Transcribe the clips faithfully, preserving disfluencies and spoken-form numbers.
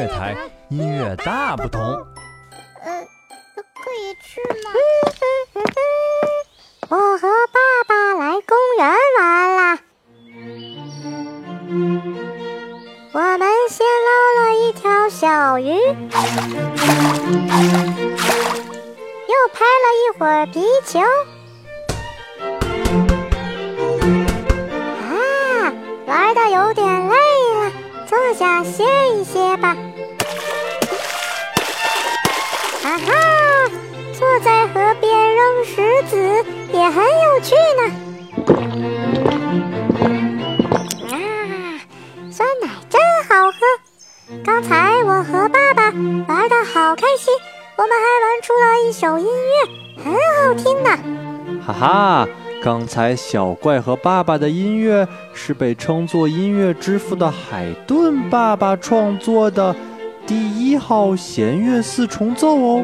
台音乐大不同。 呃，可以吃吗？我和爸爸来公园玩啦。我们先捞了一条小鱼，又拍了一会儿皮球。啊，玩得有点累了，坐下歇一歇吧。哈哈，坐在河边扔石子也很有趣呢。啊，酸奶真好喝！刚才我和爸爸玩得好开心，我们还玩出了一首音乐，很好听呢。 哈哈，刚才小怪和爸爸的音乐是被称作音乐之父的海顿爸爸创作的第一号弦乐四重奏哦。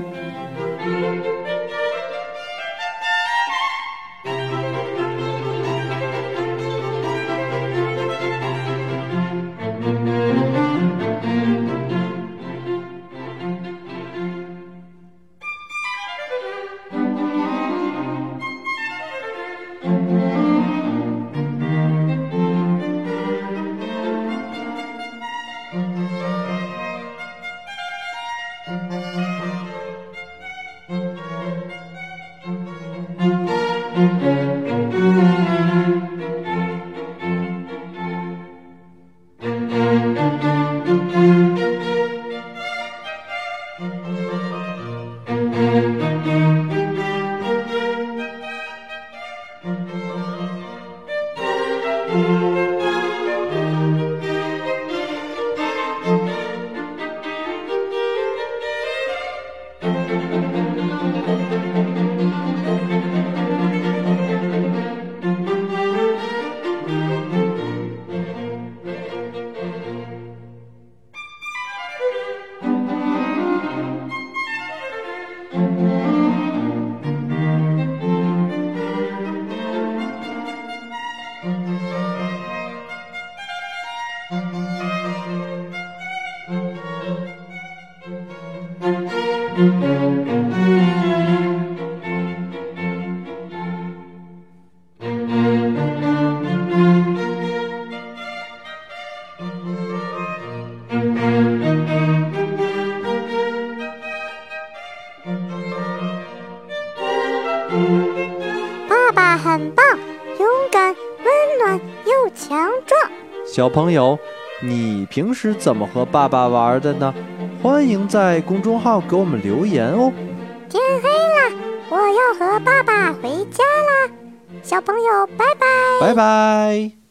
爸爸很棒，勇敢、温暖又强壮。 小朋友，你平时怎么和爸爸玩的呢？欢迎在公众号给我们留言哦。 天黑了，我要和爸爸回家啦，小朋友，拜拜。 拜拜。